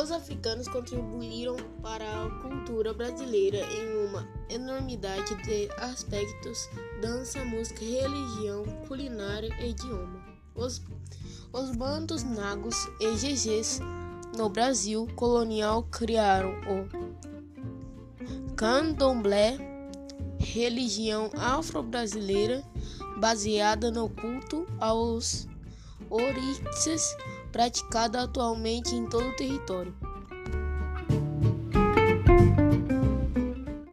Os africanos contribuíram para a cultura brasileira em uma enormidade de aspectos: dança, música, religião, culinária e idioma. Os bantus, nagos e gegés no Brasil colonial criaram o candomblé, religião afro-brasileira baseada no culto aos orixás, praticada atualmente em todo o território.